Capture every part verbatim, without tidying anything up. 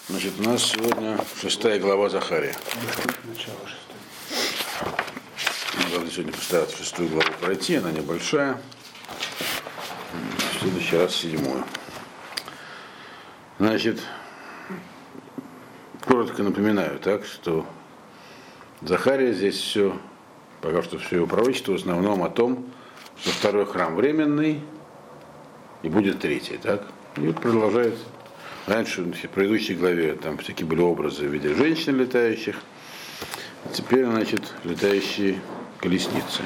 Значит, у нас сегодня шестая глава Захария. Надо сегодня постараться шестую главу пройти, она небольшая. В следующий раз седьмую. Значит, коротко напоминаю, так, что Захария здесь все, пока что все его пророчество в основном о том, что второй храм временный и будет третий, так? И вот продолжает. Раньше, в предыдущей главе, там всякие были образы в виде женщин летающих. А теперь, значит, летающие колесницы.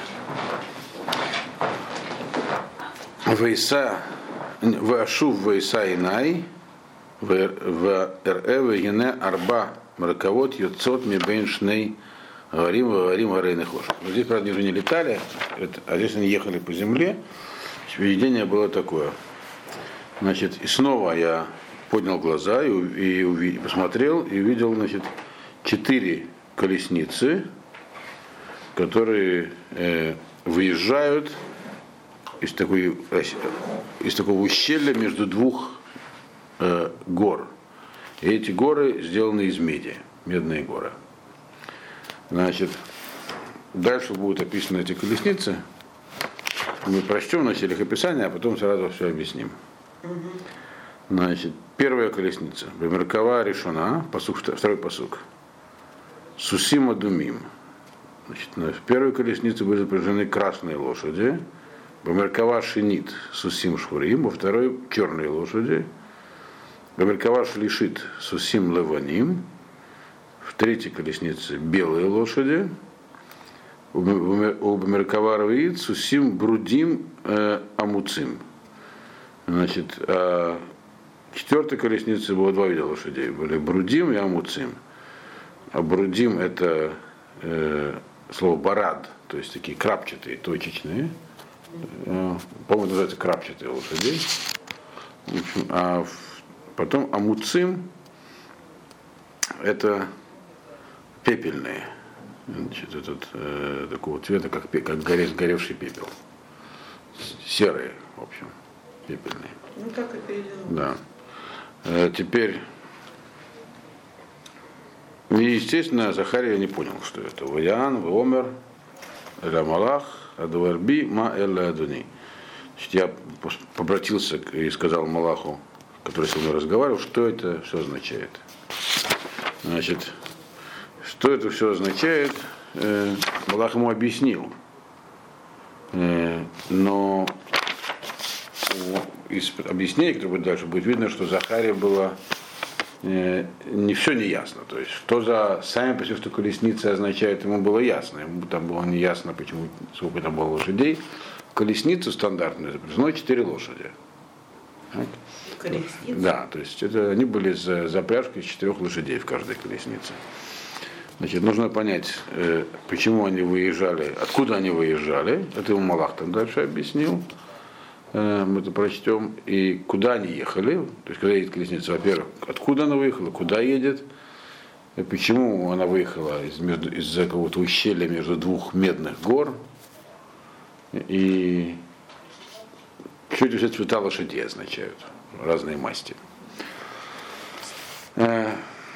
Вейса, Вашув Вейса Инай, в Р Гене Арба Марковод Йоцот Мибейн Шней Говорим, говорим, говорим, хошь. Здесь, правда, они же не летали, а здесь они ехали по земле. Видение было такое. Значит, и снова я поднял глаза и, и, и посмотрел, и увидел, значит, четыре колесницы, которые э, выезжают из, такой, из такого ущелья между двух э, гор. И эти горы сделаны из меди, медные горы. Значит, дальше будут описаны эти колесницы. Мы прочтем вначале их описание, а потом сразу все объясним. Значит, первая колесница. Бемеркава решена, посук, второй посук. Сусима думим. Значит, в первой колеснице были запряжены красные лошади. Бемеркава шинит сусим шхурим. Во второй черные лошади. Бемеркава шлишит сусим леваним. В третьей колеснице белые лошади. У Бемеркава равиит сусим брудим э, амуцим. Значит, а в четвертой колеснице было два вида лошадей. Были брудим и амуцим. А брудим это э, слово барад, то есть такие крапчатые, точечные. Э, по-моему, называется крапчатые лошади. В общем, а в, потом амуцим это пепельные. Значит, этот, э, такого цвета, как, как горе, сгоревший пепел. Серые, в общем, пепельные. Ну, как и переделал. Да. Э, теперь, и, естественно, Захария не понял, что это. Ваян, Вомер, Эля Малах, Адуарби, Ма Эля Адуни. Значит, я обратился и сказал Малаху, который со мной разговаривал, что это все означает. Значит, что это все означает, э, Малах ему объяснил. Э, но из объяснений, которые будет дальше, будет видно, что Захария было э, не все не ясно. То есть, что за сами по себе, что колесницы означает, ему было ясно. Ему там было не ясно, почему, сколько там было лошадей. В колесницу стандартную запряжено четыре лошади. Колесница? Да, то есть это, они были за запряжкой из четырех лошадей в каждой колеснице. Значит, нужно понять, э, почему они выезжали, откуда они выезжали. Это ему Малах там дальше объяснил. Э, мы это прочтем. И куда они ехали. То есть, когда едет колесница, во-первых, откуда она выехала, куда едет. И почему она выехала из, между, из-за какого-то ущелья между двух медных гор. И что эти все цвета лошадей означают. Разные масти. Э,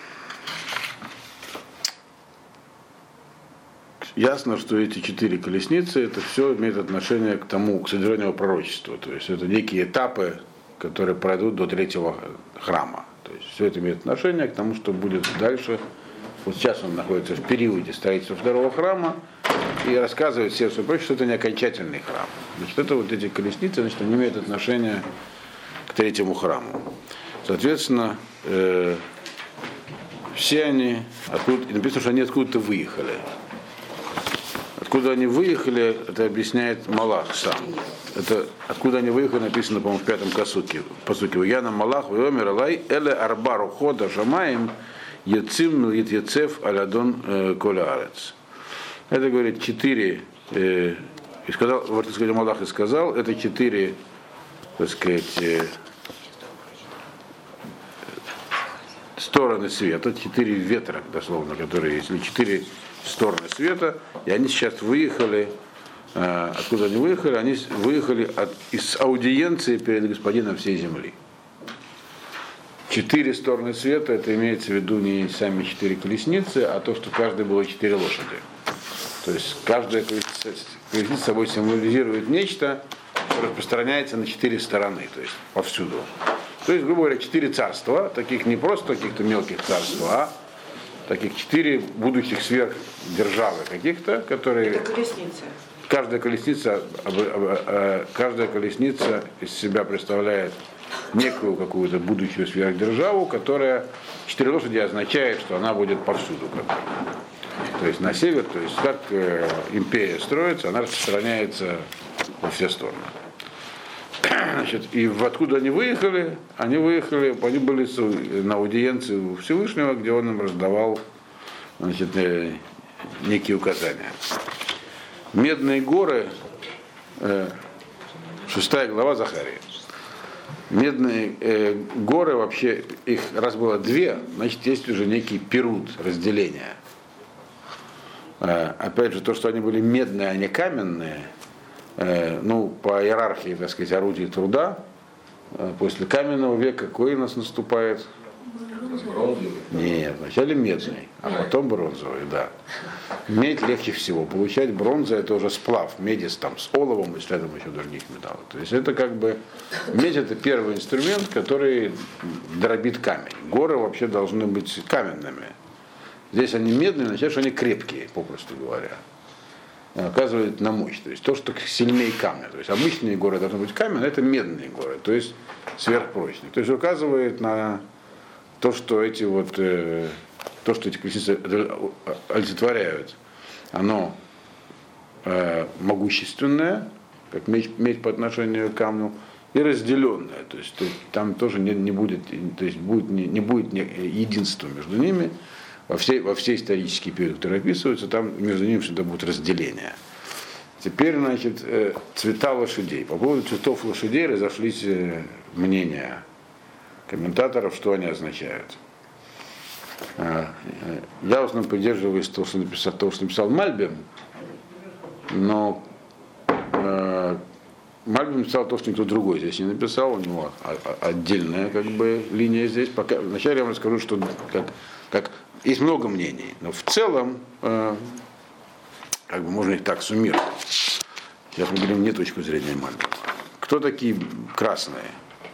Ясно, что эти четыре колесницы, это все имеет отношение к тому, к содержанию пророчества. То есть это некие этапы, которые пройдут до третьего храма. То есть все это имеет отношение к тому, что будет дальше. Вот сейчас он находится в периоде строительства второго храма и рассказывает всем свое прочее, что это не окончательный храм. Значит, это вот эти колесницы, значит, они имеют отношение к третьему храму. Соответственно, э, все они, откуда, написано, что они откуда-то выехали. Откуда они выехали, это объясняет Малах сам. Это откуда они выехали, написано, по-моему, в пятом касуке. По сути, Яна Малах, Вайомер Алай, Эле Арбару Хода Шамаем, Ецим Ецев Алядон Колярец. Это, говорит, четыре, э, и сказал, вот, так сказать, Малах и сказал, это четыре, так сказать, э, стороны света, четыре ветра, дословно, которые есть, или четыре стороны света, и они сейчас выехали, э, откуда они выехали, они выехали от, из аудиенции перед господином всей земли. четыре стороны света, это имеется в виду не сами четыре колесницы, а то, что каждой было четыре лошади. То есть каждая колесница, колесница собой символизирует нечто, что распространяется на четыре стороны, то есть повсюду. То есть, грубо говоря, четыре царства, таких не просто каких-то мелких царств, а таких четыре будущих сверхдержавы каких-то, которые... Это колесницы. Каждая колесница, каждая колесница из себя представляет некую какую-то будущую сверхдержаву, которая четыре лошади означает, что она будет повсюду. То есть на север, то есть как империя строится, она распространяется во все стороны. Значит, и откуда они выехали? Они выехали, они были на аудиенции у Всевышнего, где он им раздавал, значит, некие указания. Медные горы, шестая глава Захарии. Медные э, горы, вообще, их раз было две, значит, есть уже некий период разделения. Э, опять же, то, что они были медные, а не каменные, э, ну, по иерархии, так сказать, орудий труда, э, после каменного века какой у нас наступает? Бронзовый. Нет, вначале медный, а потом бронзовый, да. Медь легче всего получать, бронза это уже сплав, меди там с оловом и с рядом еще других металлов. То есть это как бы, медь это первый инструмент, который дробит камень. Горы вообще должны быть каменными. Здесь они медные, означает, что они крепкие, попросту говоря. Оказывает на мощь. То есть то, что сильнее камня. То есть обычные горы должны быть каменные, а это медные горы, то есть сверхпрочные. То есть указывает на то, что эти вот, э, то, что эти колесницы олицетворяют, оно э, могущественное, как медь, медь по отношению к камню, и разделенное. То есть, то, там тоже не, не будет, то есть будет, не, не будет единства между ними. Во все, во все исторические периоды, которые описываются, там между ними всегда будет разделение. Теперь, значит, э, цвета лошадей. По поводу цветов лошадей разошлись э, мнения комментаторов, что они означают. Я в основном придерживаюсь того, что написал, того, что написал Мальбим, но э, Мальбим написал то, что никто другой здесь не написал, у него отдельная как бы линия здесь. Пока, вначале я вам расскажу, что как, как, есть много мнений, но в целом э, как бы можно их так суммировать. Сейчас мы говорим не точку зрения Мальбима. Кто такие красные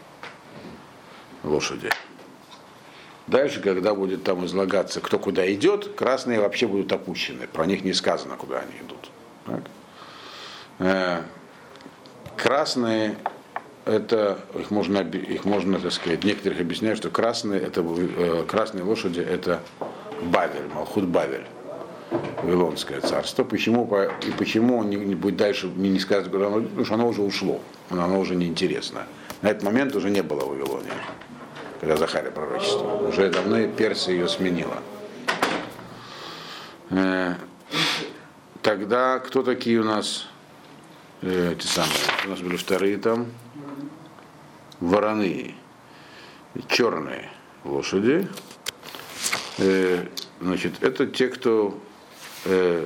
лошади? Дальше, когда будет там излагаться, кто куда идет, красные вообще будут опущены. Про них не сказано, куда они идут. Так? Э, красные, это, их можно, их можно, так сказать, некоторых объясняют, что красные, это, э, красные лошади это Бавель, Малхут Бавель, Вавилонское царство. Почему, и почему не, не будет дальше не, не сказать, куда оно, потому что оно уже ушло, оно уже неинтересно. На этот момент уже не было в Вавилоне, когда Захария пророчество. Уже давно Персия ее сменила. Э, тогда кто такие у нас э, те самые? У нас были вторые там вороные, черные лошади. Э, значит, это те, кто э,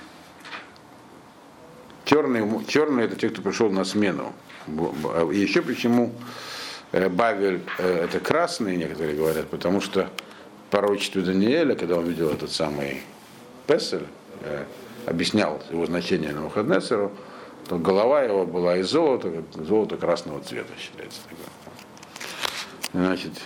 черные, черные это те, кто пришел на смену. И еще почему Бавель это красный, некоторые говорят, потому что в пророчестве Даниэля, когда он видел этот самый Песель, объяснял его значение Навуходоносору, то голова его была из золота, золото красного цвета считается. Значит,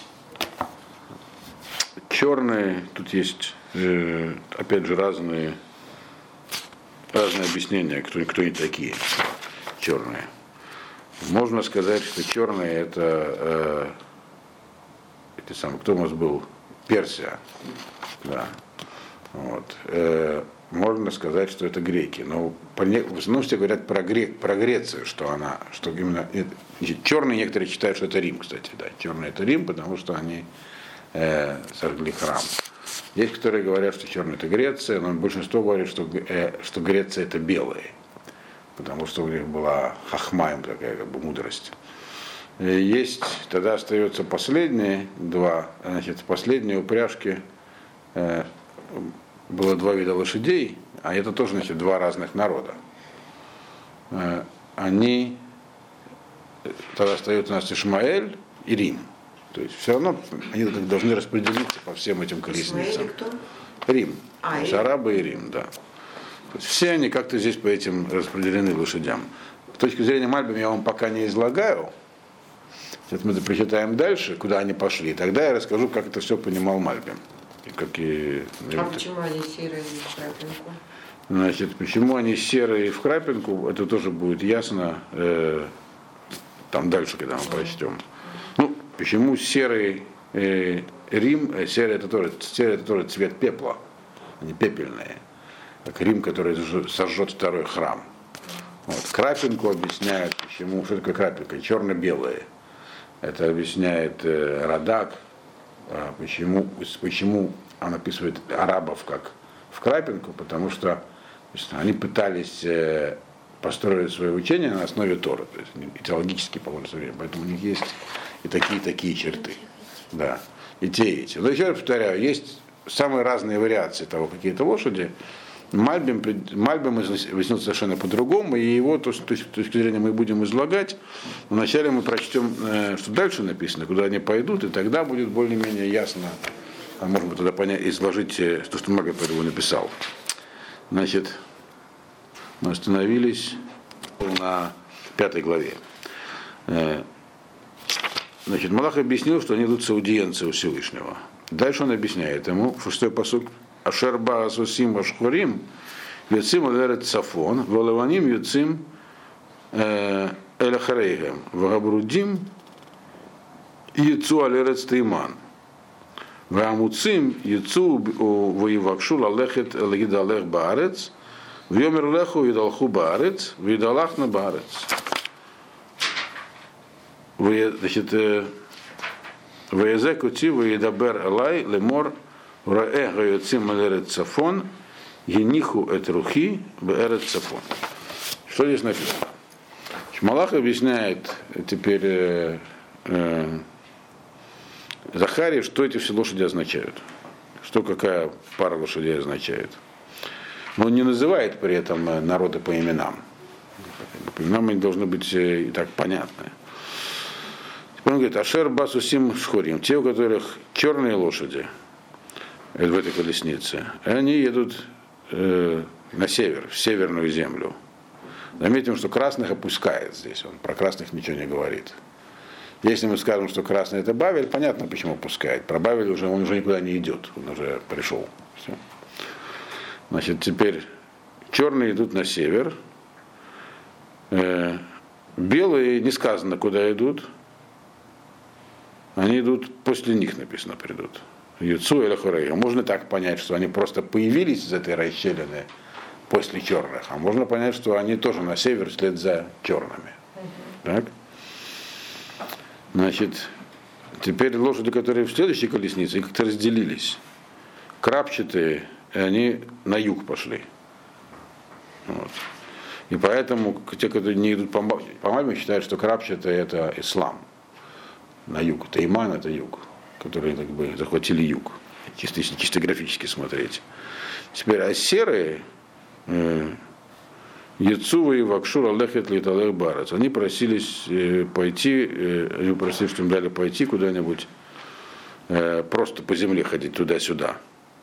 черные, тут есть опять же разные, разные объяснения, кто, кто они такие, черные. Можно сказать, что черные это, э, это самое, кто у нас был? Персия. Да. Вот. Э, можно сказать, что это греки. Но по, в основном все говорят про, грек, про Грецию, что она, что именно значит, черные некоторые считают, что это Рим, кстати, да. Черные это Рим, потому что они э, сожгли храм. Есть, которые говорят, что черные это Греция, но большинство говорит, что, э, что Греция это белые. Потому что у них была хахмаем такая как бы мудрость. Есть, тогда остается последние два, значит, последние упряжки э, было два вида лошадей, а это тоже, значит, два разных народа. Э, они, тогда остается у нас Ишмаэль и Рим. То есть все равно они как должны распределиться по всем этим колесницам. Кто? Рим. А, То есть Рим. арабы и Рим, да. То есть все они как-то здесь по этим распределены лошадям. С точки зрения Мальбим я вам пока не излагаю. Сейчас мы это прочитаем дальше, куда они пошли. Тогда я расскажу, как это все понимал Мальбим. И как и... А почему они серые в крапинку? Значит, почему они серые в крапинку, это тоже будет ясно э, там дальше, когда мы прочтем. Ну, почему серый э, Рим, э, серый, это тоже, серый это тоже цвет пепла, они пепельные, как Рим, который сожжет второй храм. Вот. Крапинку объясняют, почему, что такое крапинка, черно-белые. Это объясняет э, Радак, э, почему, почему он описывает арабов как в крапинку, потому что они пытались э, построить свое учение на основе Торы, то есть идеологически положение, поэтому у них есть и такие, и такие черты. Да. И те, и эти. Но еще раз повторяю, есть самые разные вариации того, какие-то лошади. Мальбим, Мальбим объяснил совершенно по-другому, и его то, то, с точки зрения мы будем излагать. Но вначале мы прочтем, э, что дальше написано, куда они пойдут, и тогда будет более-менее ясно, а может быть тогда понять, изложить э, то, что Мальбим по этому написал. Значит, мы остановились на пятой главе. Э, Значит, Малах объяснил, что они идут с аудиенции у Всевышнего. Дальше он объясняет ему, шестой пасук, Ашерба Асусим Ашхурим, Юцим Алерет Сафон, Валаваним Юцим Эляхарейгем, Вагабрудим Юцу Алерет Стейман, Вамуцим Юцу Воевакшу Лалехет Лагида Алех Баарец, Вьомер Леху Видалху Баарец, Видалахна Баарец. Значит, Ваязекути Ваедабер Алай Лемор Раэ Гайоцим Алерет Сафон Ениху Этрухи Бээрет Сафон. Что здесь написано? Малах объясняет теперь э, э, Захарии, что эти все лошади означают. Что какая пара лошадей означает. Он не называет при этом народы по именам. По именам они должны быть и так понятны. Он говорит, Ашер Басусим Шхурим, те, у которых черные лошади в этой колеснице, они едут э, на север, в северную землю. Заметим, что красных опускает здесь, он про красных ничего не говорит. Если мы скажем, что красный это Бавель, понятно, почему опускает. Про Бавель уже, он уже никуда не идет, он уже пришел. Все. Значит, теперь черные идут на север, э, белые не сказано, куда идут. Они идут, после них написано, придут. Юцу или Хорейга. Можно так понять, что они просто появились из этой расщелины после черных, а можно понять, что они тоже на север вслед за черными. Так? Значит, теперь лошади, которые в следующей колеснице, как-то разделились. Крапчатые, и они на юг пошли. Вот. И поэтому те, которые не идут по Мальбиму, считают, что крапчатые это ислам. На юг. Тейман это юг, которые как бы захватили юг. Чисто, если чисто графически смотреть. Теперь, а серые Яцува и Вакшур Алехет Литалех Барец. Они просились э, пойти, э, они просили, что им дали пойти куда-нибудь, э, просто по земле ходить туда-сюда.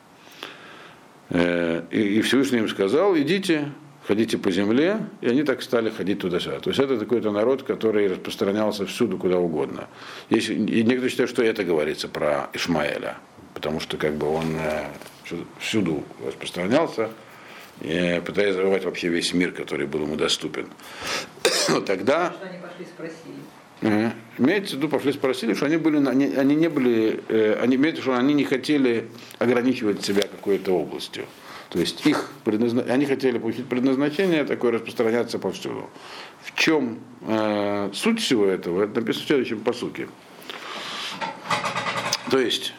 Э, и, и Всевышний им сказал, идите, ходите по земле, и они так стали ходить туда-сюда. То есть это такой-то народ, который распространялся всюду, куда угодно. Есть, и некоторые считают, что это говорится про Ишмаэля, потому что как бы он э, всюду распространялся, и пытаясь завоевать вообще весь мир, который был ему доступен. Но тогда... Что они пошли спросили. Uh-huh. Имеется в виду, пошли спросили, что они были, они, они не были, э, они, имеется в виду, что они не хотели ограничивать себя какой-то областью. То есть их предназна... они хотели получить предназначение такое, распространяться повсюду. В чем э, суть всего этого? Это написано в следующем пасуке. То есть,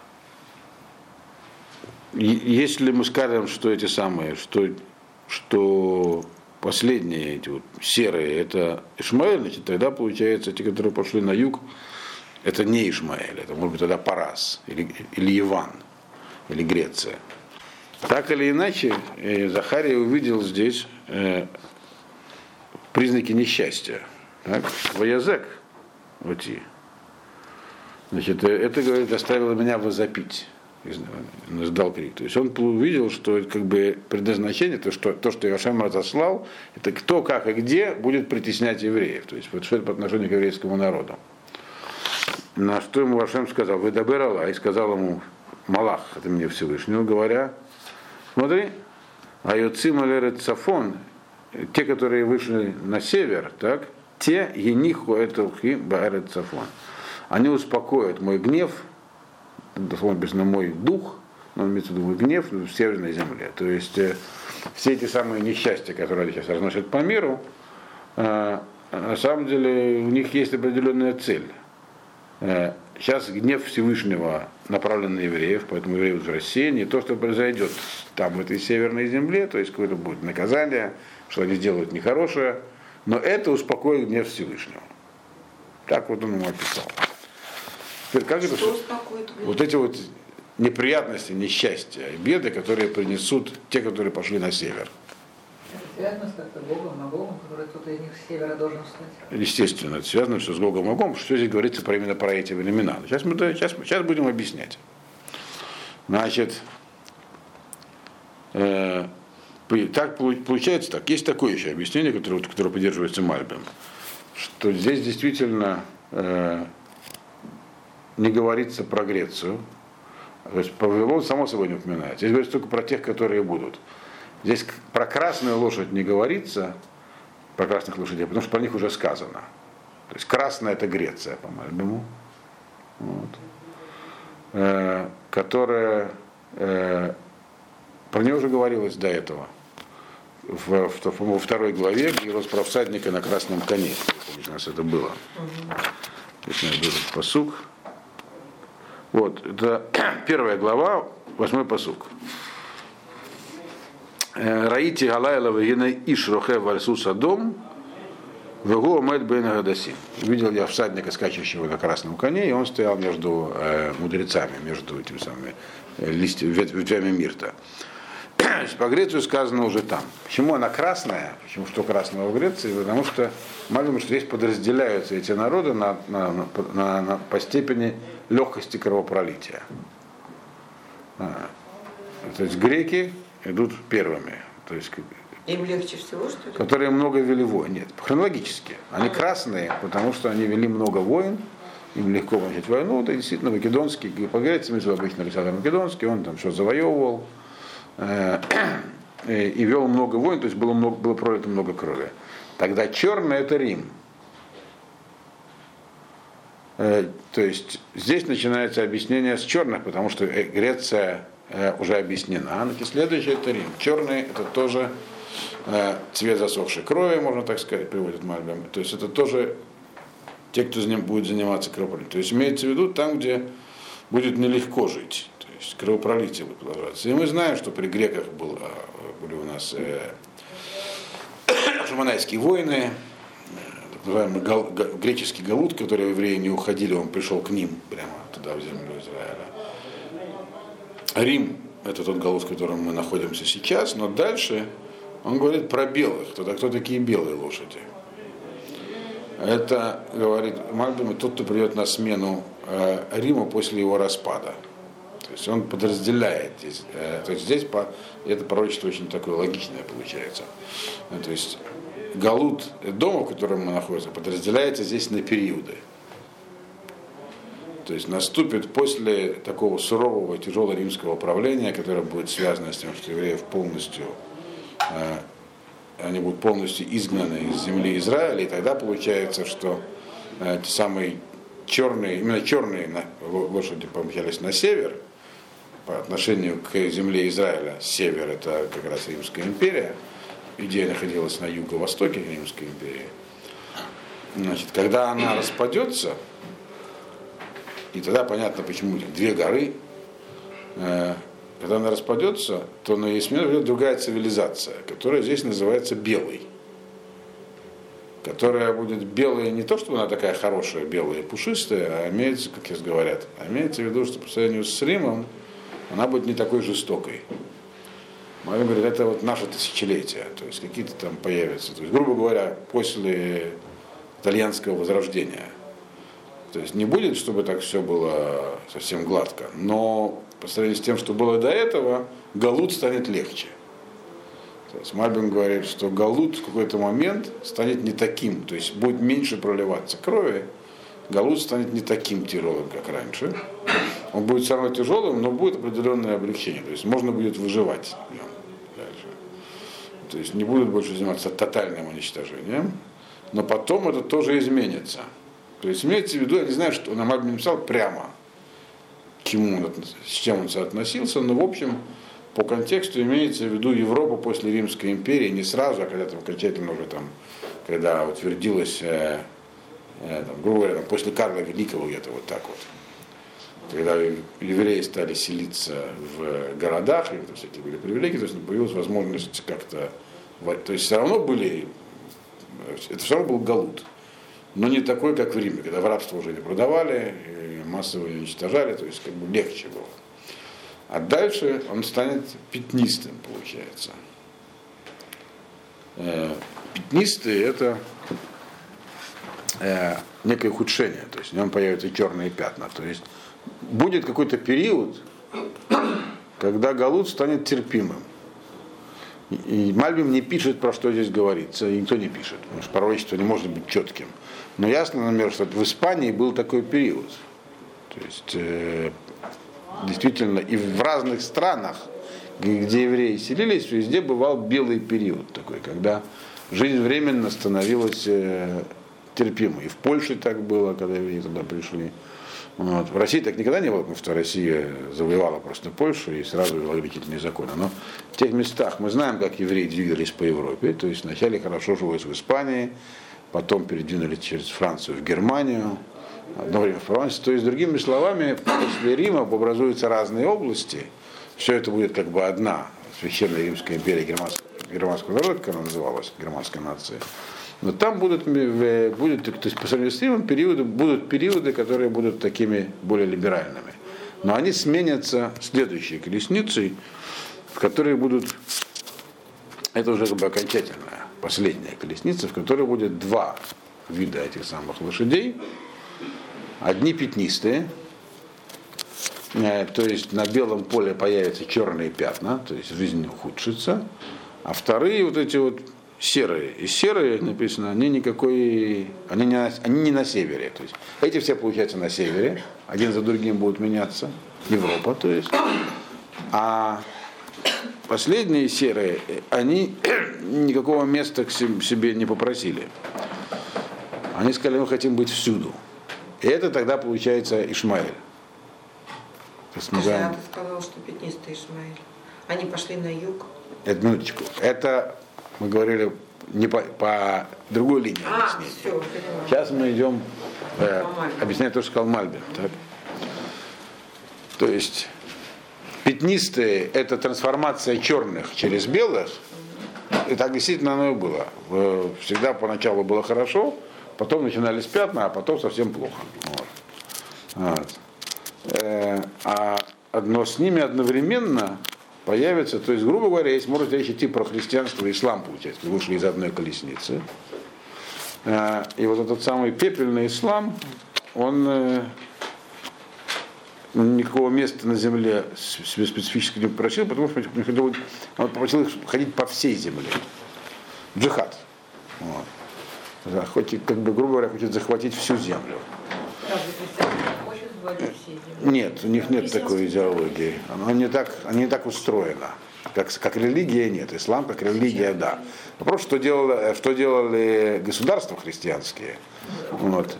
если мы скажем, что эти самые, что, что последние, эти вот серые, это Ишмаэль, значит, тогда получается, те, которые пошли на юг, это не Ишмаэль, это может быть тогда Парас, или, или Иван, или Греция. Так или иначе, Захария увидел здесь э, признаки несчастья. Так? Ваязек, вот и. Значит, это, говорит, заставило меня возопить. Сдал крик. То есть он увидел, что как бы предназначение, то, что, то, что Ашем разослал, это кто, как и где будет притеснять евреев. То есть вот что это по отношению к еврейскому народу. На что ему Ашем сказал, вы добирала, и сказал ему Малах, это мне Всевышнего, говоря, смотри, а Йоцим Алерет Цафон, те, которые вышли на север, так, те ениху этухи баарет Цафон. Они успокоят мой гнев, дословно написано мой дух, но он имеется в виду мой гнев в северной земле. То есть э, все эти самые несчастья, которые сейчас разносят по миру, э, на самом деле у них есть определенная цель. Э, сейчас гнев Всевышнего направлен на евреев, поэтому евреи в России, не то, что произойдет там, в этой северной земле, то есть какое-то будет наказание, что они сделают нехорошее, но это успокоит гнев Всевышнего. Так вот он ему описал. Теперь, как это, вот эти вот неприятности, несчастья и беды, которые принесут те, которые пошли на север. Это связано с как-то Гогом, Магогом, который кто-то из них с севера должен встать? Естественно, это связано все с Гогом и Магогом, что здесь говорится про, именно про эти времена. Сейчас мы сейчас, сейчас будем объяснять. Значит, э, так получается так. Есть такое еще объяснение, которое, которое поддерживается Мальбим, что здесь действительно э, не говорится про Грецию. То есть про Вавилон само собой не упоминается. Здесь говорится только про тех, которые будут. Здесь про красную лошадь не говорится, про красных лошадей, потому что про них уже сказано. То есть красная это Греция, по Мальбиму, вот. э, которая, э, про нее уже говорилось до этого. В, в, в, во второй главе, где рос про всадника на красном коне. У нас это было. Здесь у нас был пасук. Вот, это первая глава, восьмой пасук. Раити Галайлова Гена Ишрохе Вальсу Садом, Вегу Амед Бен Гадасим. Видел я всадника, скачущего на красном коне, и он стоял между э, мудрецами, между этими самыми э, листьями, ветвями мирта. По Грецию сказано уже там. Почему она красная? Почему что красного в Греции? Потому что, мало что здесь подразделяются эти народы на, на, на, на, на, по степени легкости кровопролития. А, то есть греки идут первыми. То есть, им легче всего, что ли? Которые много вели войн. Нет, хронологически. Они красные, потому что они вели много войн. Им легко начать войну. Да, действительно, македонский, по Греции, обычно Александр Македонский, он там что завоевывал. И вел много войн, то есть было, много, было пролито много крови. Тогда черный это Рим. То есть здесь начинается объяснение с черных, потому что Греция уже объяснена. А следующее это Рим. Черный это тоже цвет засохшей крови, можно так сказать, приводит Мальбим. То есть это тоже те, кто будет заниматься кровопролитием. То есть имеется в виду там, где будет нелегко жить. Кровопролитие будет продолжаться. И мы знаем, что при греках был, были у нас э, шаманайские войны, так называемый гал, га, греческий галут, который евреи не уходили, он пришел к ним прямо туда, в землю Израиля. Рим – это тот галут, в котором мы находимся сейчас, но дальше он говорит про белых. Тогда кто такие белые лошади? Это, говорит Мальбим, тот, кто придет на смену э, Рима после его распада. То есть он подразделяет здесь. Э, то есть здесь по, это пророчество очень такое логичное получается. Ну, то есть галут дома, в котором мы находимся, подразделяется здесь на периоды. То есть наступит после такого сурового, тяжелого римского правления, которое будет связано с тем, что евреев полностью, э, они будут полностью изгнаны из земли Израиля, и тогда получается, что э, те самые черные, именно черные лошади помчались на север, по отношению к земле Израиля. Север это как раз Римская империя, идея находилась на юго-востоке Римской империи. Значит, когда она распадется, и тогда понятно, почему две горы, э, когда она распадется, то на ее смену придет другая цивилизация, которая здесь называется белой. Которая будет белая не то, чтобы она такая хорошая, белая, пушистая, а имеется, как сейчас говорят, а имеется в виду, что по сравнению с Римом она будет не такой жестокой. Мальбим говорит, это вот наше тысячелетие, то есть какие-то там появятся. То есть, грубо говоря, после итальянского возрождения То есть не будет, чтобы так все было совсем гладко, но по сравнению с тем, что было до этого, галут станет легче. То есть Мальбим говорит, что галут в какой-то момент станет не таким, то есть будет меньше проливаться крови, галут станет не таким тяжелым, как раньше. Он будет все равно тяжелым, но будет определенное облегчение, то есть можно будет выживать в нем дальше. То есть не будут больше заниматься тотальным уничтожением, но потом это тоже изменится. То есть имеется в виду, я не знаю, что он Мальбим написал прямо, к чему он, с чем он соотносился, но в общем по контексту имеется в виду Европа после Римской империи, не сразу, а когда там окончательно уже там, когда утвердилась, э, э, там, грубо говоря, там, после Карла Великого где-то вот так вот. Когда евреи стали селиться в городах, и там всякие были привилегии, то есть появилась возможность как-то, то есть все равно были, это все равно был галут, но не такой, как в Риме, когда в рабство уже не продавали, и массово уничтожали, то есть как бы легче было. А дальше он станет пятнистым, получается. Пятнистые это некое ухудшение, то есть в нем появятся черные пятна. То есть будет какой-то период, когда галут станет терпимым. И Мальбим не пишет, про что здесь говорится, и никто не пишет, потому что пророчество не может быть четким. Но ясно, например, что в Испании был такой период. То есть э, действительно и в разных странах, где евреи селились, везде бывал белый период такой, когда жизнь временно становилась э, терпимой. И в Польше так было, когда евреи туда пришли. Вот. В России так никогда не было, потому что Россия завоевала просто Польшу и сразу ввела ограничительные законы. Но в тех местах мы знаем, как евреи двигались по Европе. То есть вначале хорошо жилось в Испании, потом передвинулись через Францию в Германию, одно время в Провансе. То есть, другими словами, после Рима образуются разные области. Все это будет как бы одна священная Римская империя германского народа, как она называлась, германская нация. Но там будут, будет, то есть по сравнению с Римом периоды, будут периоды, которые будут такими более либеральными. Но они сменятся следующей колесницей, в которой будут, это уже как бы окончательная, последняя колесница, в которой будет два вида этих самых лошадей. Одни пятнистые, то есть на белом поле появятся черные пятна, то есть жизнь ухудшится, а вторые вот эти вот серые. И серые, написано, они никакой, они не, они не на севере. То есть эти все получаются на севере, один за другим будут меняться, Европа, то есть. А последние серые, они никакого места к себе не попросили. Они сказали, мы хотим быть всюду. И это тогда получается Ишмаэль. А ты сказал, что пятнистый Ишмаэль. Они пошли на юг. Это минуточку. Это мы говорили не по, по другой линии а, объяснения. Все, сейчас мы идем э, объяснять то, что сказал Мальбим. Так? То есть пятнистые это трансформация черных через белых. И так действительно оно и было. Всегда поначалу было хорошо, потом начинались пятна, а потом совсем плохо. Вот. Вот. Э, а одно с ними одновременно появится, то есть, грубо говоря, если может речь идти про христианство и ислам, получается, вышли из одной колесницы. Э, и вот этот самый пепельный ислам, он э, никакого места на земле себе специфически не попросил, потому что он попросил их ходить по всей земле. Джихад. Вот. Хоть, как бы, грубо говоря, хочет захватить всю землю. Нет, у них нет такой идеологии. Она не так, она не так устроена. Как, как религия нет. Ислам как религия, да. Вопрос, что делали, что делали государства христианские. Вот.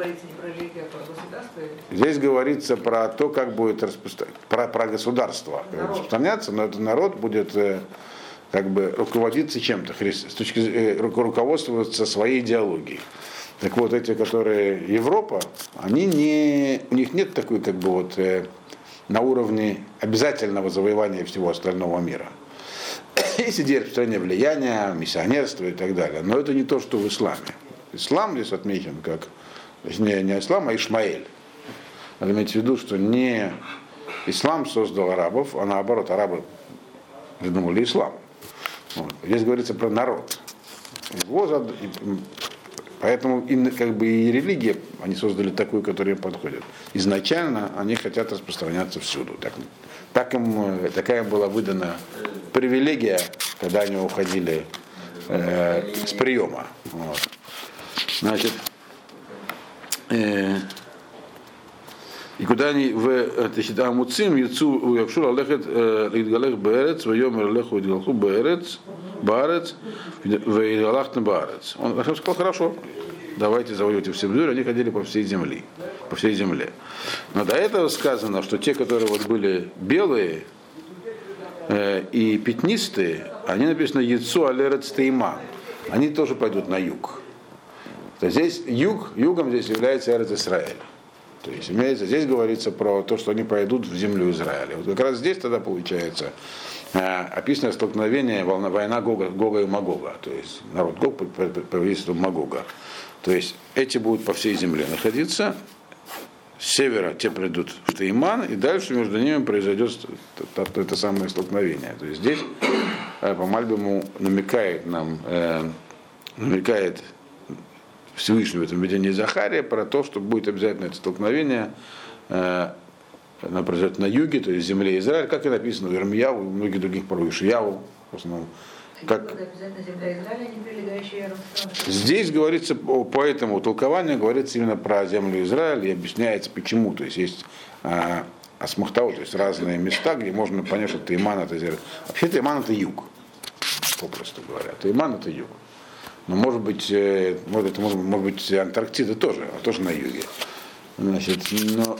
Здесь говорится про то, как будет распро... про, про государство распространяться, но этот народ будет как бы руководиться чем-то, с точки руководствоваться своей идеологией. Так вот, эти, которые Европа, они не, у них нет такой, как бы вот э, на уровне обязательного завоевания всего остального мира. Есть идея распространения влияния, миссионерства и так далее, но это не то, что в исламе. Ислам здесь отмечен как, точнее, не ислам, а Ишмаэль. Надо иметь в виду, что не ислам создал арабов, а наоборот, арабы придумали ислам. Вот. Здесь говорится про народ. Его зад... Поэтому и, как бы, и религия, они создали такую, которая им подходит. Изначально они хотят распространяться всюду. Так, так им, такая была выдана привилегия, когда они уходили э, с приема. Вот. Значит, э, и куда они в Амуцим, Яцу, Якшур, Алехет, Идгалех Берец, Вайомер Алеху, Идгалху Берец, Барец, Вайгалахтна Барец. Он сказал, хорошо, давайте завоюйте все землю, они ходили по всей земле, по всей земле. Но до этого сказано, что те, которые вот были белые э, и пятнистые, они написано Яцу Алерец Тейман. Они тоже пойдут на юг. То есть здесь юг, югом здесь является Эрец Исраэль. То есть имеется, здесь говорится про то, что они пойдут в землю Израиля. Вот как раз здесь тогда получается э, описано столкновение, волна, война Гога, Гога и Магога. То есть народ Гог под правительством Магога. То есть эти будут по всей земле находиться. С севера те придут в Тейман, и дальше между ними произойдет это, это, это самое столкновение. То есть здесь э, по Мальбиму намекает нам, э, намекает Всевышний в этом видении Захария про то, что будет обязательно это столкновение, э, оно произойдет на юге, то есть в земле Израиля, как и написано в Ирмияву и многих других пророков, Ишияву в основном. Как... Здесь говорится по, по этому толкованию, говорится именно про землю Израиля и объясняется почему. То есть есть э, Асмахтау, то есть разные места, где можно понять, что Тейман это Израиль. Вообще Тейман это юг, попросту говоря. Тейман это юг. Но может быть, э, может, это, может, может быть Антарктида тоже, а тоже на юге. Значит, но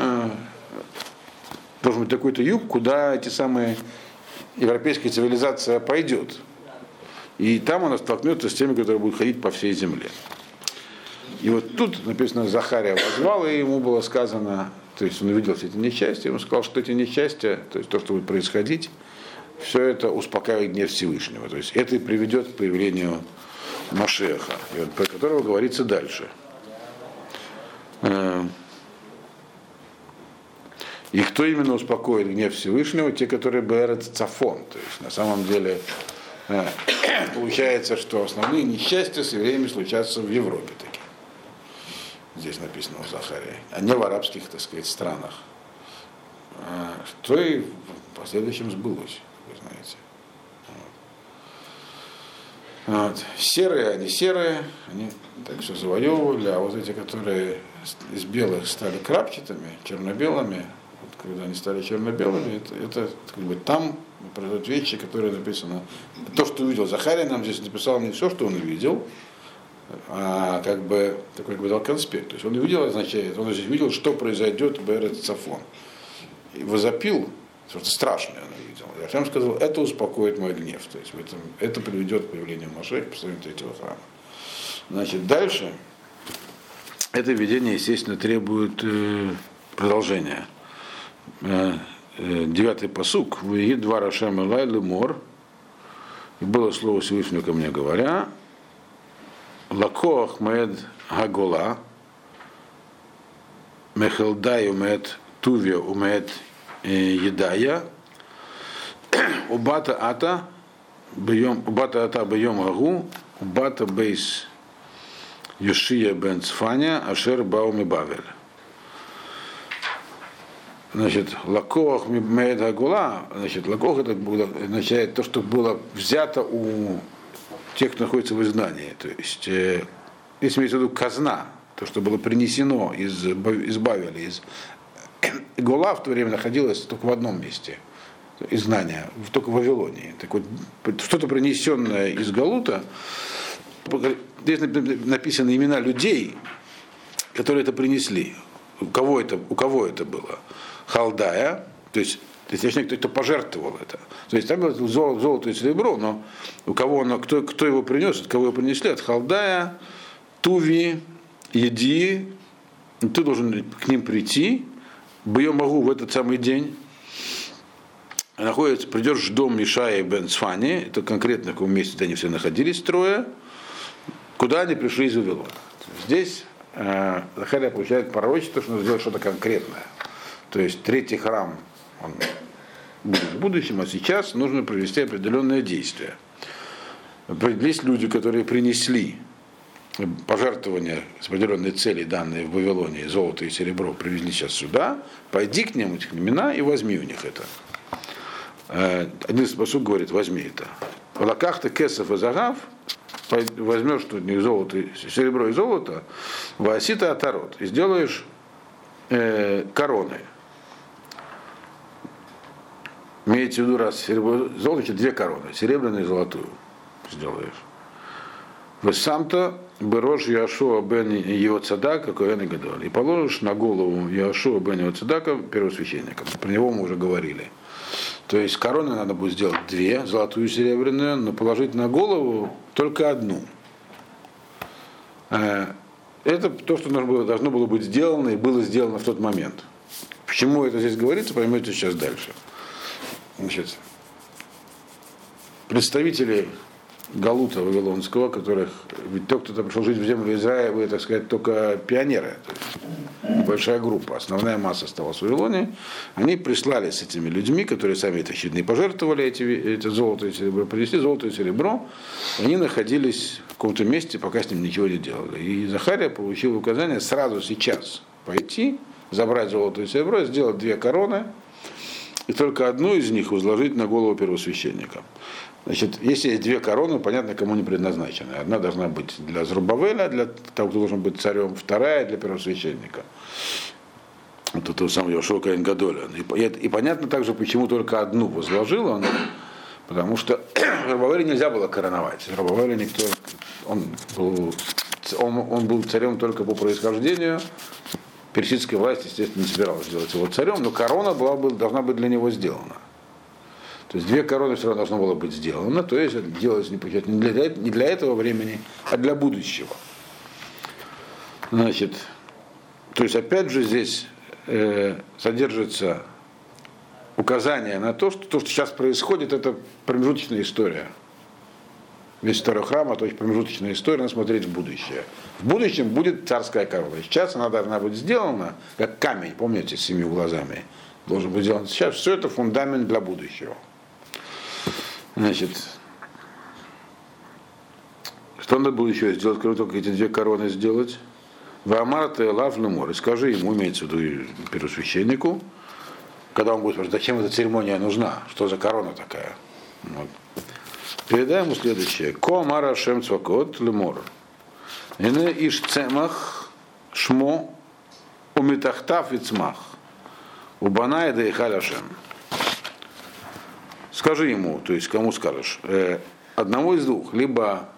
должен быть такой-то юг, куда эти самые европейская цивилизация пойдет. И там она столкнется с теми, которые будут ходить по всей земле. И вот тут написано, Захария позвал, и ему было сказано, то есть он увидел все эти несчастья, ему сказал, что эти несчастья, то есть то, что будет происходить, все это успокаивает гнев Всевышнего. То есть это и приведет к появлению Машеха, и вот, про которого говорится дальше. И кто именно успокоит гнев Всевышнего? Те, которые Беэрец Цафон. То есть на самом деле получается, что основные несчастья с евреями случатся в Европе таки. Здесь написано в Захарии, а не в арабских, так сказать, странах. Что и в последующем сбылось, вы знаете. Вот. Серые, они серые, они так все завоевывали, а вот эти, которые из белых стали крапчатыми, черно-белыми, вот, когда они стали черно-белыми, это, это как бы там произойдут вещи, которые написано. То, что увидел Захария, нам здесь написал не все, что он увидел, а как бы такой как бы дал конспект. То есть он увидел, означает, он здесь видел, что произойдет в Беэрец Цафон. И возопил, что-то страшное он увидел. Я сам сказал, это успокоит мой гнев. То есть в этом, это приведет к появлению Машеха, построению третьего храма. Значит, дальше это видение, естественно, требует э, продолжения. Э, э, девятый пасук. «Ваги два Рашем Элай лемор». И было слово Всевышнего ко мне, говоря, «Лакоах мед хагола, мехелдай умед тувия умед едая, убата ата бьем убата ата бьем агу убата бейс Йошия бен Цфаня ашер бауми бавель». Значит, лакох мед агула, значит, лакох это означает то, что было взято у тех, кто находится в изгнании. То есть, э, если имеется в виду казна, то, что было принесено из, из Бавеля, из Гула в то время находилась только в одном месте, изгнания, только в Вавилонии. Так вот, что-то принесенное из Галута, здесь написаны имена людей, которые это принесли. У кого это, у кого это было? Халдая, то есть, точнее, кто-то пожертвовал это. То есть там было золото, золото и серебро, но у кого оно, кто, кто его принес, от кого его принесли, от Халдая, Туви, Еди, ты должен к ним прийти. Я могу в этот самый день находится, придешь в дом Ишая бен Цфани, это конкретно в каком месте, где они все находились, трое, куда они пришли из Вавилона. Здесь э, Захария получает пророчество, что нужно сделать что-то конкретное. То есть третий храм он будет в будущем, а сейчас нужно провести определенное действие. Есть люди, которые принесли пожертвования с определенной целью, данные в Вавилоне, золото и серебро, привезли сейчас сюда, пойди к ним, этих племена, и возьми у них это. Один из посуд говорит, возьми это. В лаках-то кесов и загав, возьмешь тут них золото, серебро и золото, васита атарот, и сделаешь э, короны. Имеется в виду, раз серебро, золото, две короны, серебряную и золотую сделаешь. Вы сам-то берешь Яшуа бен Йоцадака, Коэн и Гадоль, и положишь на голову Яшуа бен Йоцадака первосвященника. Про него мы уже говорили. То есть короны надо будет сделать две, золотую и серебряную, но положить на голову только одну. Это то, что нужно было, должно было быть сделано и было сделано в тот момент. Почему это здесь говорится, поймете сейчас дальше. Значит, представители Галута Вавилонского, которых, ведь тот, кто пришел жить в землю Израиля, были, так сказать, только пионеры, то есть большая группа, основная масса осталась в Вавилоне, они прислали с этими людьми, которые сами это щедно пожертвовали, эти, это золото и серебро, принесли золото и серебро, они находились в каком-то месте, пока с ним ничего не делали. И Захария получил указание сразу сейчас пойти, забрать золото и серебро, сделать две короны, и только одну из них возложить на голову первосвященника. Значит, если есть две короны, понятно, кому не предназначены. Одна должна быть для Зрубавеля, для того, кто должен быть царем, вторая для первосвященника. Вот этого самого Йошуа Коэн Гадоля. И, и понятно также, почему только одну возложил он, потому что Зрубавеля нельзя было короновать. Зрубавеля никто, он был, он, он был царем только по происхождению. Персидская власть, естественно, не собиралась делать его царем, но корона была, должна быть для него сделана. То есть две короны все равно должно было быть сделано, то есть это делалось не для, не для этого времени, а для будущего. Значит, то есть опять же здесь э, содержится указание на то, что то, что сейчас происходит, это промежуточная история. Весь второй храм, это очень промежуточная история, надо смотреть в будущее. В будущем будет царская корона. Сейчас она должна быть сделана, как камень, помните, с семью глазами. Должен быть сделан сейчас. Все это фундамент для будущего. Значит, что надо было еще сделать, кроме того, как эти две короны сделать? Ваамарте лав лемор. И скажи ему, имеется в виду первосвященнику, когда он будет спрашивать, зачем эта церемония нужна, что за корона такая. Вот. Передай ему следующее. Ко амара шем цвакот лемор. Ине иш цемах шмо умитахтав и цмах. Убанай да и халяшем. Скажи ему, то есть кому скажешь, э, одного из двух, либо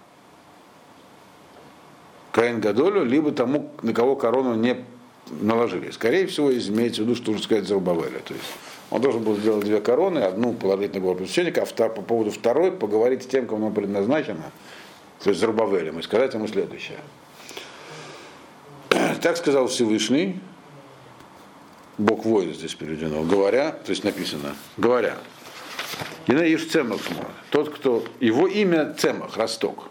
Коэн Гадолю, либо тому, на кого корону не наложили. Скорее всего, имеется в виду, что нужно сказать Зрубавеля. То есть он должен был сделать две короны, одну положить на голову священника, а втор, по поводу второй поговорить с тем, кому она предназначена, то есть Зрубавелем, и сказать ему следующее. Так сказал Всевышний, Бог воин здесь переведено, говоря, то есть написано, говоря, Иш Цемах, тот, кто, его имя Цемах, росток.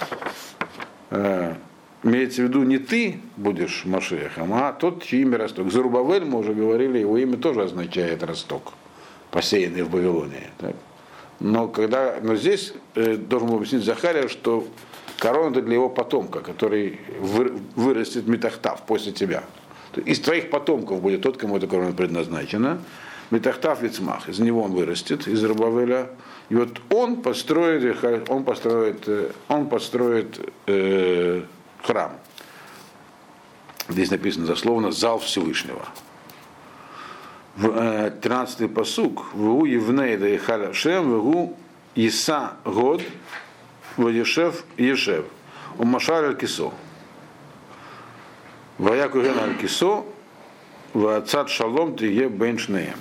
Э, имеется в виду, не ты будешь Машиахом, а тот, чье имя росток. Зарубавель, мы уже говорили, его имя тоже означает росток, посеянный в Вавилоне. Так? Но, когда, но здесь э, должен был объяснить Захария, что корона это для его потомка, который вы, вырастет Метахтав после тебя. Из твоих потомков будет тот, кому эта корона предназначена. Метахтав и цмах. Из него он вырастет, из Зрубавеля. И вот он построит, он построит, он построит э, храм. Здесь написано дословно «Зал Всевышнего». В тринадцатый пасук «Вгу евней да ихаля шем, вгу иса год, вадешев ешев, умашар аль-кисо». «Ваяку ген аль-кисо, ваацат шалом тие бен шнеем».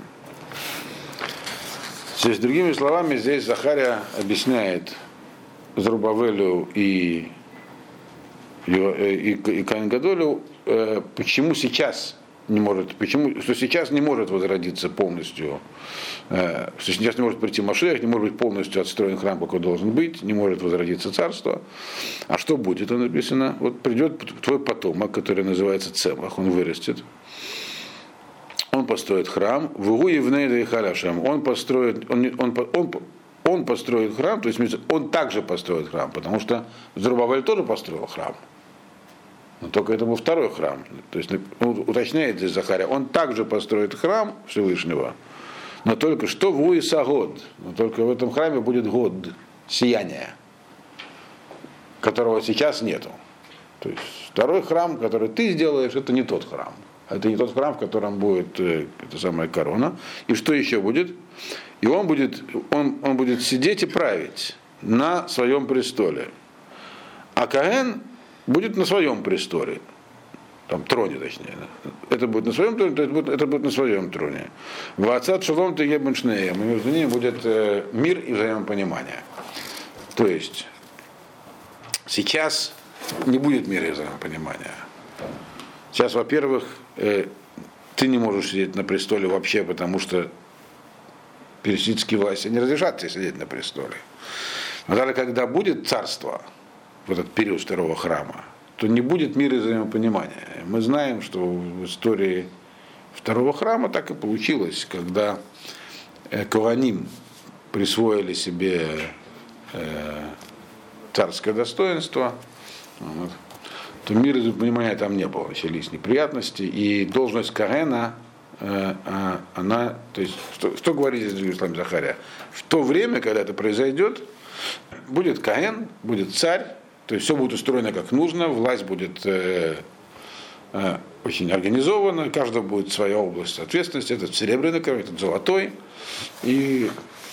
То есть, другими словами, здесь Захария объясняет Зрубавелю и, и, и, и Коэн Гадолю, э, почему сейчас не может, почему, что сейчас не может возродиться полностью, э, что сейчас не может прийти Машиах, не может быть полностью отстроен храм, какой должен быть, не может возродиться царство. А что будет, это написано? Вот придет твой потомок, который называется Цемах, он вырастет. Он построит храм, в Евнейда и Халяшем. Он построит, он, он, он, он построит храм, то есть он также построит храм, потому что Зрубавель тоже построил храм. Но только это был второй храм. То есть ну, уточняет здесь Захария, он также построит храм Всевышнего, но только что в Уиса год. Но только в этом храме будет год сияния, которого сейчас нету. То есть второй храм, который ты сделаешь, это не тот храм. Это не тот храм, в котором будет э, эта самая корона. И что еще будет? И он будет, он, он будет сидеть и править на своем престоле. А Коэн будет на своем престоле. Там, троне, точнее. Это будет на своем троне, это будет, это будет на своем троне. Вацат шалом ты ебеншнеем. И между ними будет э, мир и взаимопонимание. То есть сейчас не будет мира и взаимопонимания. Сейчас, во-первых, э, ты не можешь сидеть на престоле вообще, потому что персидские власти не разрешат тебе сидеть на престоле. Но даже когда будет царство, в этот период второго храма, то не будет мира и взаимопонимания. Мы знаем, что в истории второго храма так и получилось, когда э, Коаним присвоили себе э, царское достоинство, вот, то мира и взаимопонимания там не было, начались неприятности, и должность Коэна, э, э, она, то есть, что, что говорит здесь Ислам Захария, в то время, когда это произойдет, будет Коэн, будет царь, то есть все будет устроено как нужно, власть будет э, э, очень организована, у каждого будет своя область ответственности, этот серебряный король, этот золотой, и,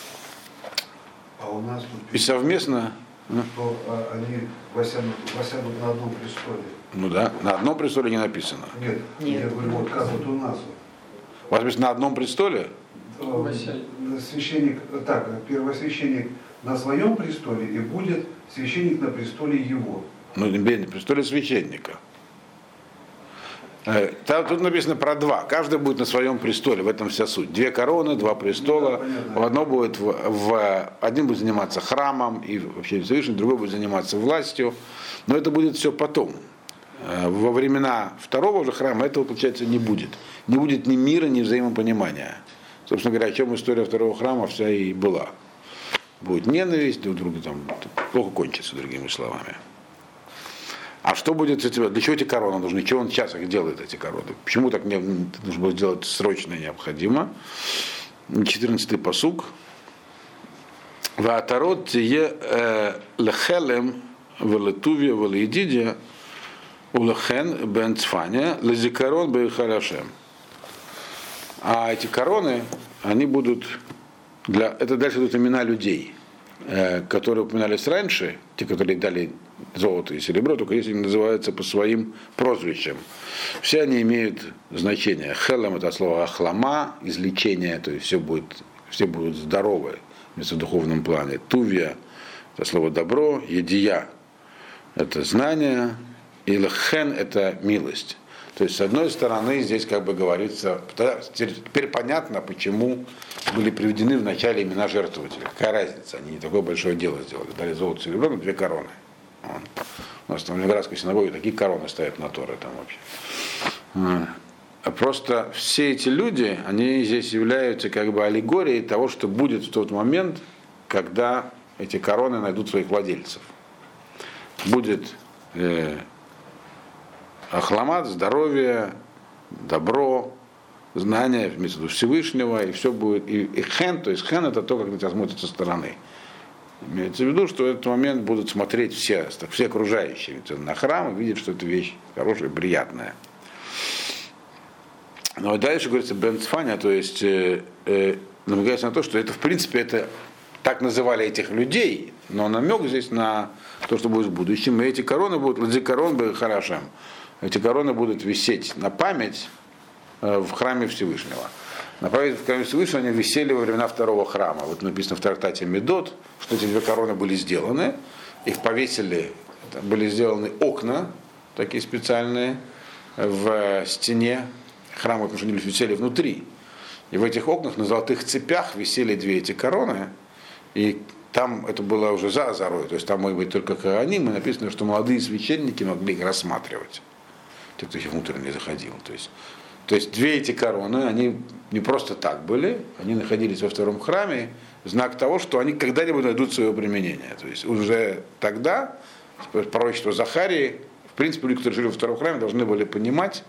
а у нас и совместно... что а, они восядут, восядут на одном престоле. Ну да, на одном престоле не написано. Нет, Нет. я говорю, вот как вот у нас. У вас написано на одном престоле? Вот. Священник, так, первосвященник на своем престоле, и будет священник на престоле его. Ну, на престоле священника. Там, тут написано про два. Каждый будет на своем престоле, в этом вся суть. Две короны, два престола. Ну, да, одно будет в, в, один будет заниматься храмом и вообще Всевышним, другой будет заниматься властью. Но это будет все потом. Во времена второго же храма этого, получается, не будет. Не будет ни мира, ни взаимопонимания. Собственно говоря, о чем история второго храма вся и была. Будет ненависть друг друга, там плохо кончится, другими словами. А что будет с этим? Для чего эти короны нужны? Чего он сейчас их делает, эти короны? Почему так не, нужно было сделать срочно и необходимо? четырнадцатый пасук. Ваатарот тие лехелем велетувия велеидидия улехен бен цфаня лезикарон бейхарашем. А эти короны, они будут для... Это дальше идут имена людей, которые упоминались раньше, те, которые дали золото и серебро, только если они называются по своим прозвищам. Все они имеют значение. Хелем — это слово ахлама, излечение, то есть все, будет, все будут здоровы в духовном плане. Тувия — это слово добро, едия — это знание, и лхен — это милость. То есть, с одной стороны, здесь как бы говорится, теперь понятно, почему были приведены в начале имена жертвователей. Какая разница, они не такое большое дело сделали. Дали золото, серебро, но две короны. У нас там в Ленинградской синагоге такие короны стоят на Торы там вообще. Просто все эти люди, они здесь являются как бы аллегорией того, что будет в тот момент, когда эти короны найдут своих владельцев. Будет э, ахламат, здоровье, добро, знание вместо Всевышнего, и все будет. И, и хен, то есть хен — это то, как на тебя смотрят со стороны. Имеется в виду, что в этот момент будут смотреть все, все окружающие на храм и видят, что это вещь хорошая, приятная. Но дальше говорится бенцфаня, то есть э, э, намекается на то, что это в принципе это так называли этих людей, но намек здесь на то, что будет в будущем. И эти короны будут ладзикарон бы хорошем. Эти короны будут висеть на память э, в храме Всевышнего. На память в храме Всевышнего они висели во времена второго храма. Вот написано в трактате Медот, что эти две короны были сделаны. Их повесили, были сделаны окна, такие специальные, в стене храма, потому что они висели внутри. И в этих окнах на золотых цепях висели две эти короны. И там это было уже за Азарой, то есть там могли быть только коаним, и написано, что молодые священники могли их рассматривать. Те, кто еще внутрь не заходил. То есть, то есть две эти короны, они не просто так были, они находились во втором храме, знак того, что они когда-нибудь найдут свое применение. То есть уже тогда пророчество Захарии принципе, люди, которые жили во втором храме, должны были понимать,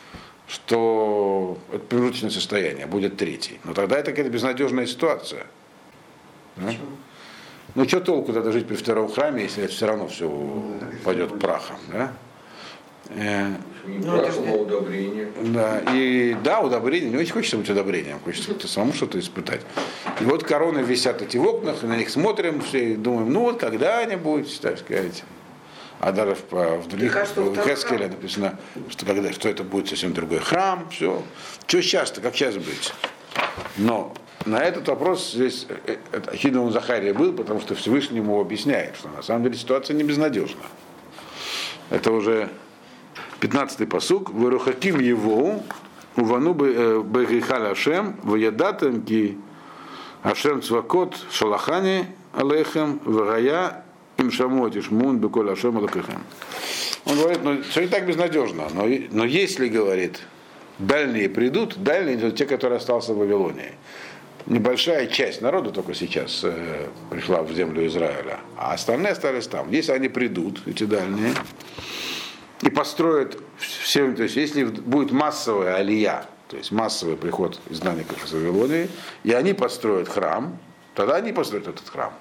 что это промежуточное состояние, будет третий. Но тогда это какая-то безнадежная ситуация. Да? Ну что толку тогда жить при втором храме, если это все равно все пойдет прахом, да? Э, Не прахом, а удобрение. Да, и да, удобрение, не очень хочется быть удобрением, хочется самому что-то испытать. И вот короны висят эти в окнах, и на них смотрим все и думаем, ну вот когда-нибудь, так сказать. А даже в, в других, в Хескеле написано, что, когда, что это будет совсем другой храм, все. Что сейчас-то, как сейчас быть? Но на этот вопрос здесь Ахидон Захария был, потому что Всевышний ему объясняет, что на самом деле ситуация не безнадежна. Это уже пятнадцатый пасук. Вырухаким его, увану бегихаль Ашем, ваядатам ки Ашем цвакот шалахани алейхем, вагая им шамотиш мун беколь Ашем алейхем. Он говорит, ну, все не так безнадежно, но, но если, говорит, дальние придут, дальние это те, которые остался в Вавилонии. Небольшая часть народа только сейчас э, пришла в землю Израиля, а остальные остались там. Если они придут, эти дальние, и построят все, то есть если будет массовая алия, то есть массовый приход изгнанников из Вавилонии, и они построят храм, тогда они построят этот храм.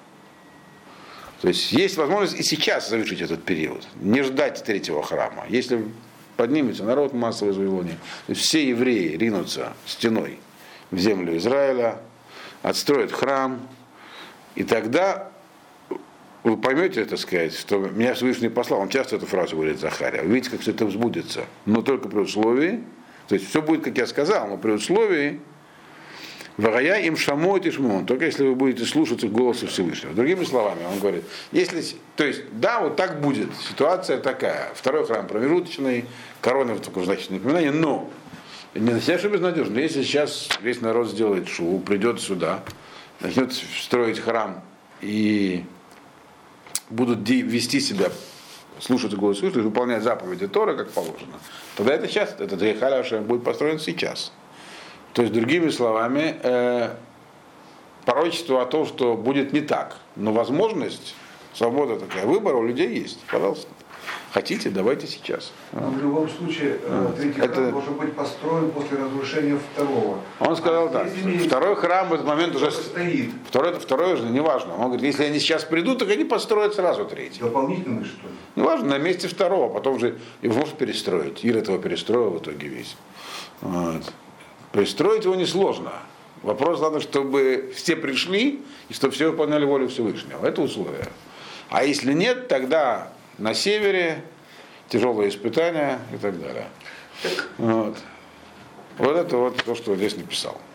То есть есть возможность и сейчас завершить этот период, не ждать третьего храма. Если поднимется народ массовый из Вавилонии, то есть все евреи ринутся стеной в землю Израиля, отстроят храм, и тогда вы поймете, так сказать, что меня Всевышний послал, он часто эту фразу говорит, Захария, вы видите, как все это взбудется, но только при условии, то есть все будет, как я сказал, но при условии, вагая им шамот и шмон, только если вы будете слушаться голоса Всевышнего. Другими словами, он говорит, если, то есть, да, вот так будет, ситуация такая, второй храм промежуточный, корона в таком значительном напоминании, но не начинаешь безнадежно. Если сейчас весь народ сделает шоу, придет сюда, начнет строить храм и будут вести себя, слушать голос Всевышнего, выполнять заповеди Торы, как положено, тогда это сейчас, этот Гехаль Ашем будет построен сейчас. То есть, другими словами, э, пророчество о том, что будет не так, но возможность, свобода такая, выбора у людей есть. Пожалуйста. Хотите, давайте сейчас. Но в любом случае, э, третий это... храм должен быть построен после разрушения второго. Он сказал а так, второй храм в этот момент уже стоит. Второй, второй уже не важно. Он говорит, если они сейчас придут, так они построят сразу третий. Дополнительный, что ли? Не важно, на месте второго, потом же его можно перестроить. Ир этого перестроил в итоге весь. Вот. Перестроить его несложно. Вопрос, главное, чтобы все пришли и чтобы все выполняли волю Всевышнего. Это условие. А если нет, тогда на севере тяжелые испытания и так далее. Вот, вот это вот то, что здесь написал.